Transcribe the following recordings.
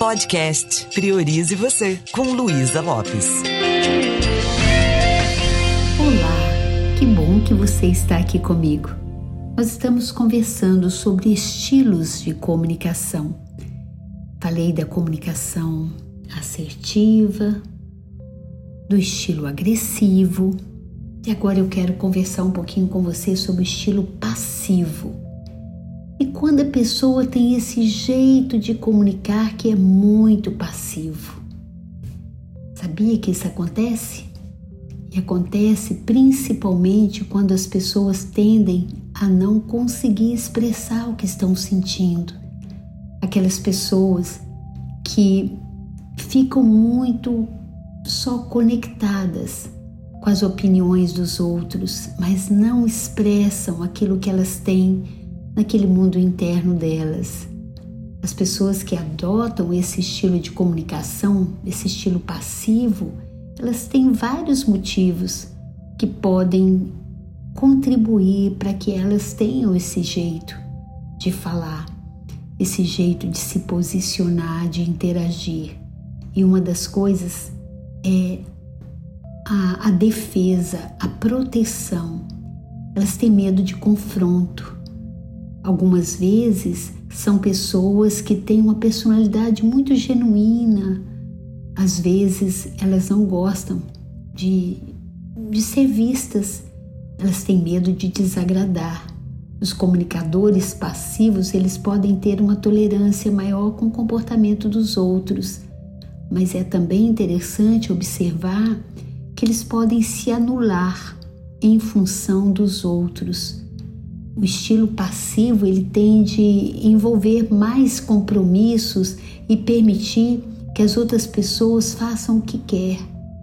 Podcast Priorize Você, com Luísa Lopes. Olá, que bom que você está aqui comigo. Nós estamos conversando sobre estilos de comunicação. Falei da comunicação assertiva, do estilo agressivo, e agora eu quero conversar um pouquinho com você sobre o estilo passivo. E quando a pessoa tem esse jeito de comunicar que é muito passivo. Sabia que isso acontece? E acontece principalmente quando as pessoas tendem a não conseguir expressar o que estão sentindo. Aquelas pessoas que ficam muito só conectadas com as opiniões dos outros, mas não expressam aquilo que elas têm naquele mundo interno delas. As pessoas que adotam esse estilo de comunicação, esse estilo passivo, elas têm vários motivos que podem contribuir para que elas tenham esse jeito de falar, esse jeito de se posicionar, de interagir. E uma das coisas é a defesa, a proteção. Elas têm medo de confronto. Algumas vezes são pessoas que têm uma personalidade muito genuína. Às vezes elas não gostam de ser vistas. Elas têm medo de desagradar. Os comunicadores passivos, eles podem ter uma tolerância maior com o comportamento dos outros. Mas é também interessante observar que eles podem se anular em função dos outros. O estilo passivo, ele tende a envolver mais compromissos e permitir que as outras pessoas façam o que quer.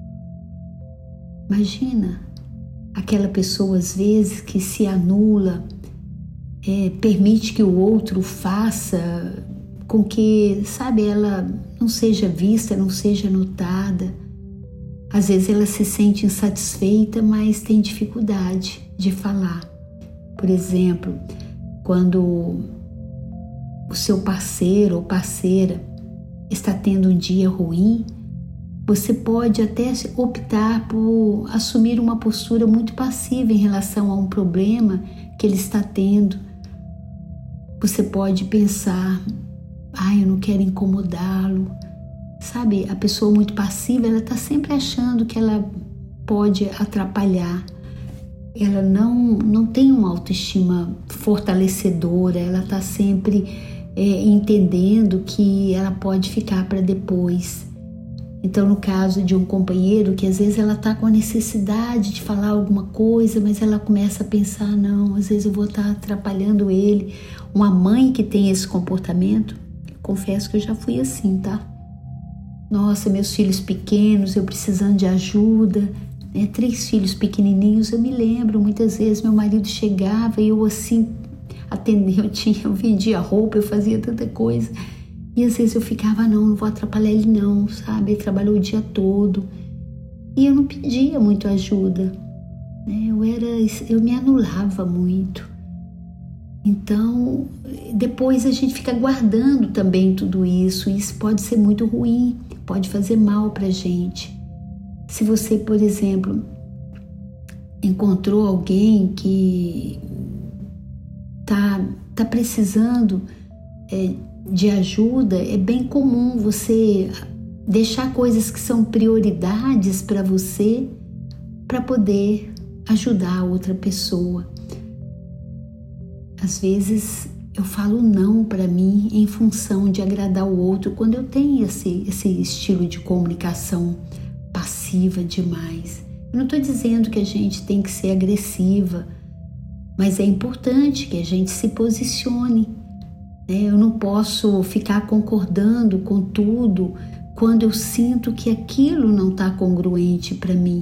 Imagina aquela pessoa às vezes que se anula, permite que o outro faça com que, ela não seja vista, não seja notada. Às vezes ela se sente insatisfeita, mas tem dificuldade de falar. Por exemplo, quando o seu parceiro ou parceira está tendo um dia ruim, você pode até optar por assumir uma postura muito passiva em relação a um problema que ele está tendo. Você pode pensar, eu não quero incomodá-lo. A pessoa muito passiva, ela está sempre achando que ela pode atrapalhar. Ela não tem uma autoestima fortalecedora, ela está sempre entendendo que ela pode ficar para depois. Então, no caso de um companheiro que às vezes ela está com a necessidade de falar alguma coisa, mas ela começa a pensar, não, às vezes eu vou estar atrapalhando ele. Uma mãe que tem esse comportamento, confesso que eu já fui assim, tá? Nossa, meus filhos pequenos, eu precisando de ajuda, 3 filhos pequenininhos, eu me lembro, muitas vezes meu marido chegava e eu assim, atendia, eu vendia roupa, eu fazia tanta coisa. E às vezes eu ficava, não vou atrapalhar ele não, Ele trabalhou o dia todo. E eu não pedia muito ajuda, eu me anulava muito. Então, depois a gente fica guardando também tudo isso, e isso pode ser muito ruim, pode fazer mal pra gente. Se você, por exemplo, encontrou alguém que tá precisando de ajuda, é bem comum você deixar coisas que são prioridades para você para poder ajudar a outra pessoa. Às vezes eu falo não para mim em função de agradar o outro quando eu tenho esse estilo de comunicação passiva demais. Eu não estou dizendo que a gente tem que ser agressiva, mas é importante que a gente se posicione. Eu não posso ficar concordando com tudo quando eu sinto que aquilo não está congruente para mim.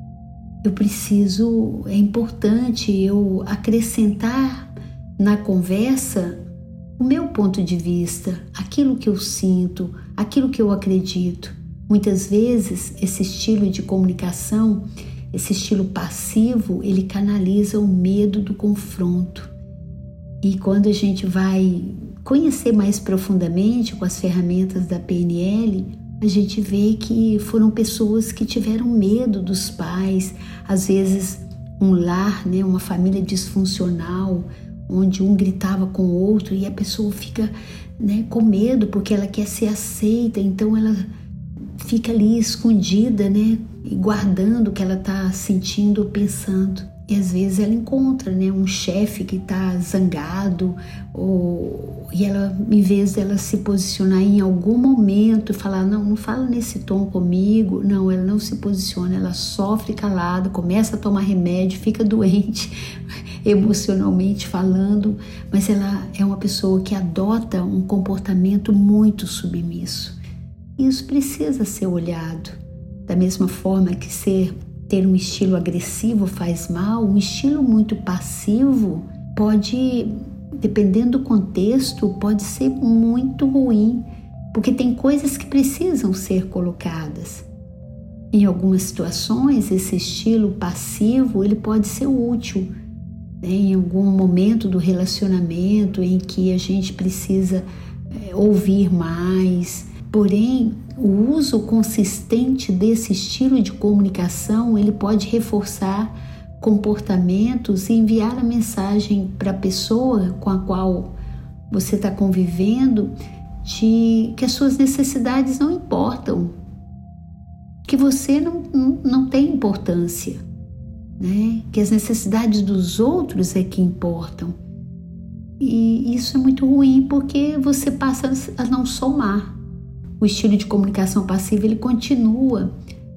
É importante eu acrescentar na conversa o meu ponto de vista, aquilo que eu sinto, aquilo que eu acredito. Muitas vezes esse estilo de comunicação, esse estilo passivo, ele canaliza o medo do confronto. E quando a gente vai conhecer mais profundamente com as ferramentas da PNL, a gente vê que foram pessoas que tiveram medo dos pais, às vezes um lar, né, uma família disfuncional, onde um gritava com o outro e a pessoa fica, né, com medo porque ela quer ser aceita, então ela fica ali escondida, né, e guardando o que ela está sentindo ou pensando. E às vezes ela encontra, né, um chefe que está zangado, e ela, em vez dela se posicionar em algum momento e falar, não fala nesse tom comigo, não, ela não se posiciona, ela sofre calada, começa a tomar remédio, fica doente emocionalmente falando, mas ela é uma pessoa que adota um comportamento muito submisso. Isso precisa ser olhado. Da mesma forma que ter um estilo agressivo faz mal, um estilo muito passivo pode, dependendo do contexto, pode ser muito ruim, porque tem coisas que precisam ser colocadas. Em algumas situações, esse estilo passivo ele pode ser útil, né? Em algum momento do relacionamento em que a gente precisa ouvir mais. Porém, o uso consistente desse estilo de comunicação, ele pode reforçar comportamentos e enviar a mensagem para a pessoa com a qual você está convivendo de que as suas necessidades não importam, que você não tem importância, né? Que as necessidades dos outros é que importam. E isso é muito ruim porque você passa a não somar. O estilo de comunicação passiva ele continua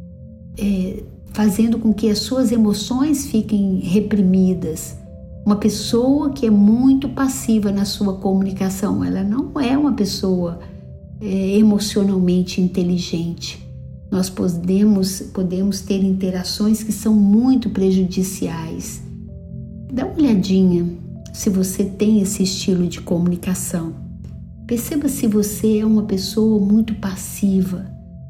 fazendo com que as suas emoções fiquem reprimidas. Uma pessoa que é muito passiva na sua comunicação, ela não é uma pessoa emocionalmente inteligente. Nós podemos ter interações que são muito prejudiciais. Dá uma olhadinha se você tem esse estilo de comunicação. Perceba se você é uma pessoa muito passiva,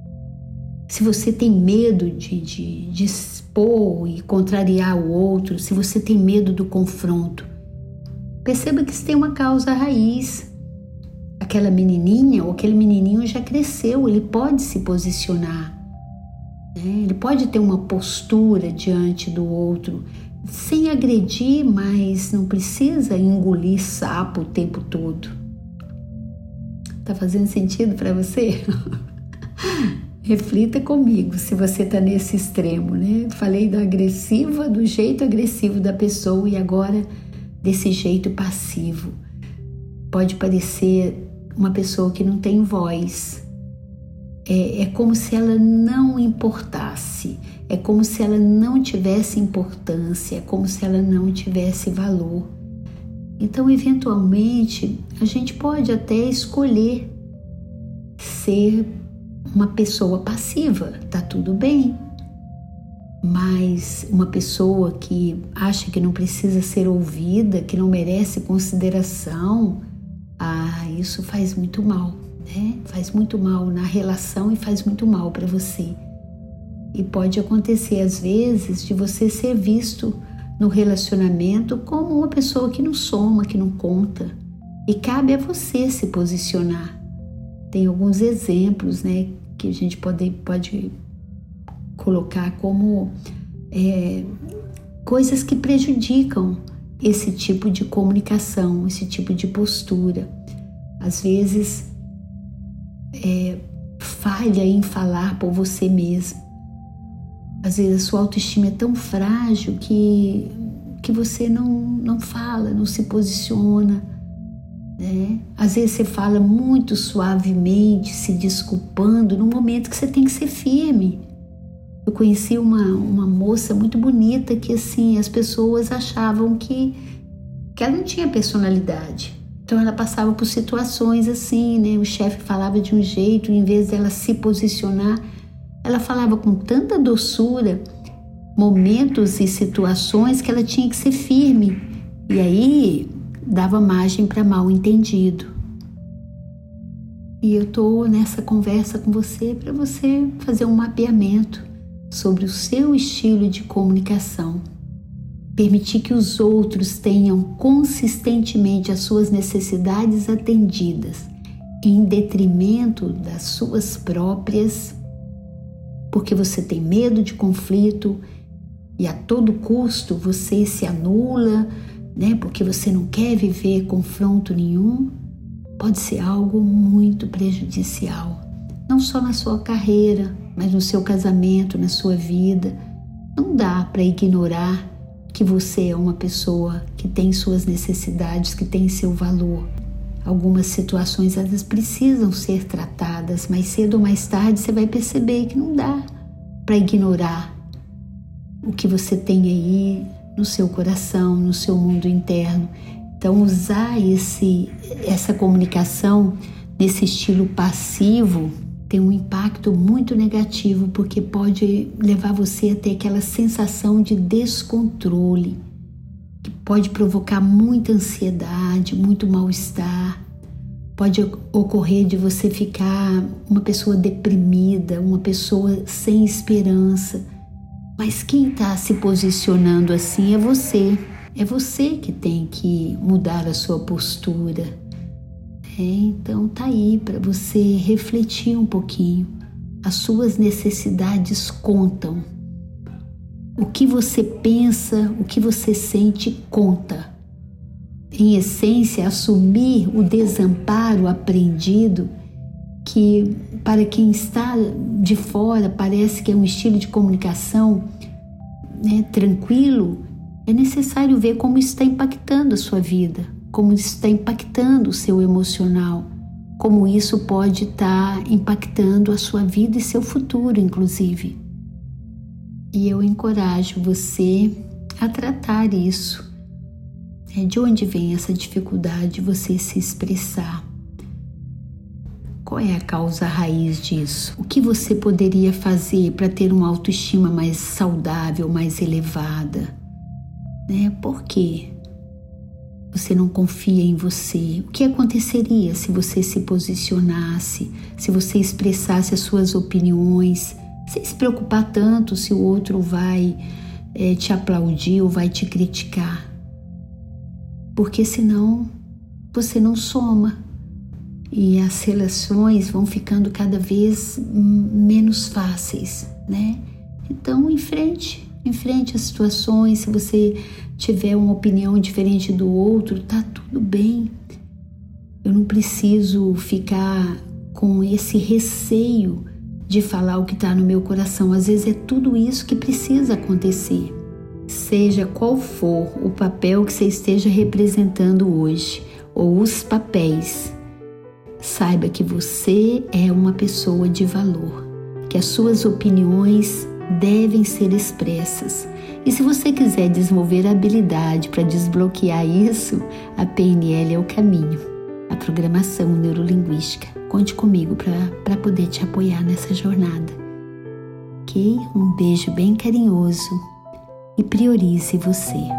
se você tem medo de expor e contrariar o outro, se você tem medo do confronto. Perceba que isso tem uma causa raiz. Aquela menininha ou aquele menininho já cresceu, ele pode se posicionar, né? Ele pode ter uma postura diante do outro, sem agredir, mas não precisa engolir sapo o tempo todo. Tá fazendo sentido para você? Reflita comigo se você tá nesse extremo, né? Falei do jeito agressivo da pessoa e agora desse jeito passivo. Pode parecer uma pessoa que não tem voz. É como se ela não importasse, é como se ela não tivesse importância, é como se ela não tivesse valor. Então, eventualmente, a gente pode até escolher ser uma pessoa passiva, tá tudo bem. Mas uma pessoa que acha que não precisa ser ouvida, que não merece consideração, isso faz muito mal, né? Faz muito mal na relação e faz muito mal para você. E pode acontecer, às vezes, de você ser visto no relacionamento como uma pessoa que não soma, que não conta. E cabe a você se posicionar. Tem alguns exemplos, né, que a gente pode colocar como coisas que prejudicam esse tipo de comunicação, esse tipo de postura. Às vezes, falha em falar por você mesmo. Às vezes a sua autoestima é tão frágil que você não fala, não se posiciona, né? Às vezes você fala muito suavemente, se desculpando, num momento que você tem que ser firme. Eu conheci uma moça muito bonita que assim, as pessoas achavam que ela não tinha personalidade. Então ela passava por situações assim, né? O chefe falava de um jeito, em vez dela se posicionar, ela falava com tanta doçura, momentos e situações que ela tinha que ser firme. E aí dava margem para mal entendido. E eu estou nessa conversa com você para você fazer um mapeamento sobre o seu estilo de comunicação. permitir que os outros tenham consistentemente as suas necessidades atendidas, em detrimento das suas próprias, porque você tem medo de conflito e a todo custo você se anula, porque você não quer viver confronto nenhum, pode ser algo muito prejudicial, não só na sua carreira, mas no seu casamento, na sua vida. Não dá para ignorar que você é uma pessoa que tem suas necessidades, que tem seu valor. Algumas situações elas precisam ser tratadas, mas cedo ou mais tarde você vai perceber que não dá para ignorar o que você tem aí no seu coração, no seu mundo interno. Então usar essa comunicação nesse estilo passivo tem um impacto muito negativo, porque pode levar você a ter aquela sensação de descontrole, que pode provocar muita ansiedade, muito mal-estar. Pode ocorrer de você ficar uma pessoa deprimida, uma pessoa sem esperança. Mas quem está se posicionando assim é você. É você que tem que mudar a sua postura. Então tá aí para você refletir um pouquinho. As suas necessidades contam. O que você pensa, o que você sente conta. Em essência, assumir o desamparo aprendido, que para quem está de fora parece que é um estilo de comunicação tranquilo, é necessário ver como isso está impactando a sua vida, como isso está impactando o seu emocional, como isso pode estar impactando a sua vida e seu futuro, inclusive. E eu encorajo você a tratar isso. De onde vem essa dificuldade de você se expressar? Qual é a causa raiz disso? O que você poderia fazer para ter uma autoestima mais saudável, mais elevada? Por quê? Você não confia em você? O que aconteceria se você se posicionasse, se você expressasse as suas opiniões, sem se preocupar tanto se o outro vai te aplaudir ou vai te criticar? Porque senão você não soma e as relações vão ficando cada vez menos fáceis, Então, enfrente as situações. Se você tiver uma opinião diferente do outro, tá tudo bem. Eu não preciso ficar com esse receio de falar o que está no meu coração. Às vezes é tudo isso que precisa acontecer. Seja qual for o papel que você esteja representando hoje, ou os papéis, saiba que você é uma pessoa de valor, que as suas opiniões devem ser expressas. E se você quiser desenvolver a habilidade para desbloquear isso, a PNL é o caminho, a programação neurolinguística. Conte comigo para poder te apoiar nessa jornada. Ok? Um beijo bem carinhoso e priorize você.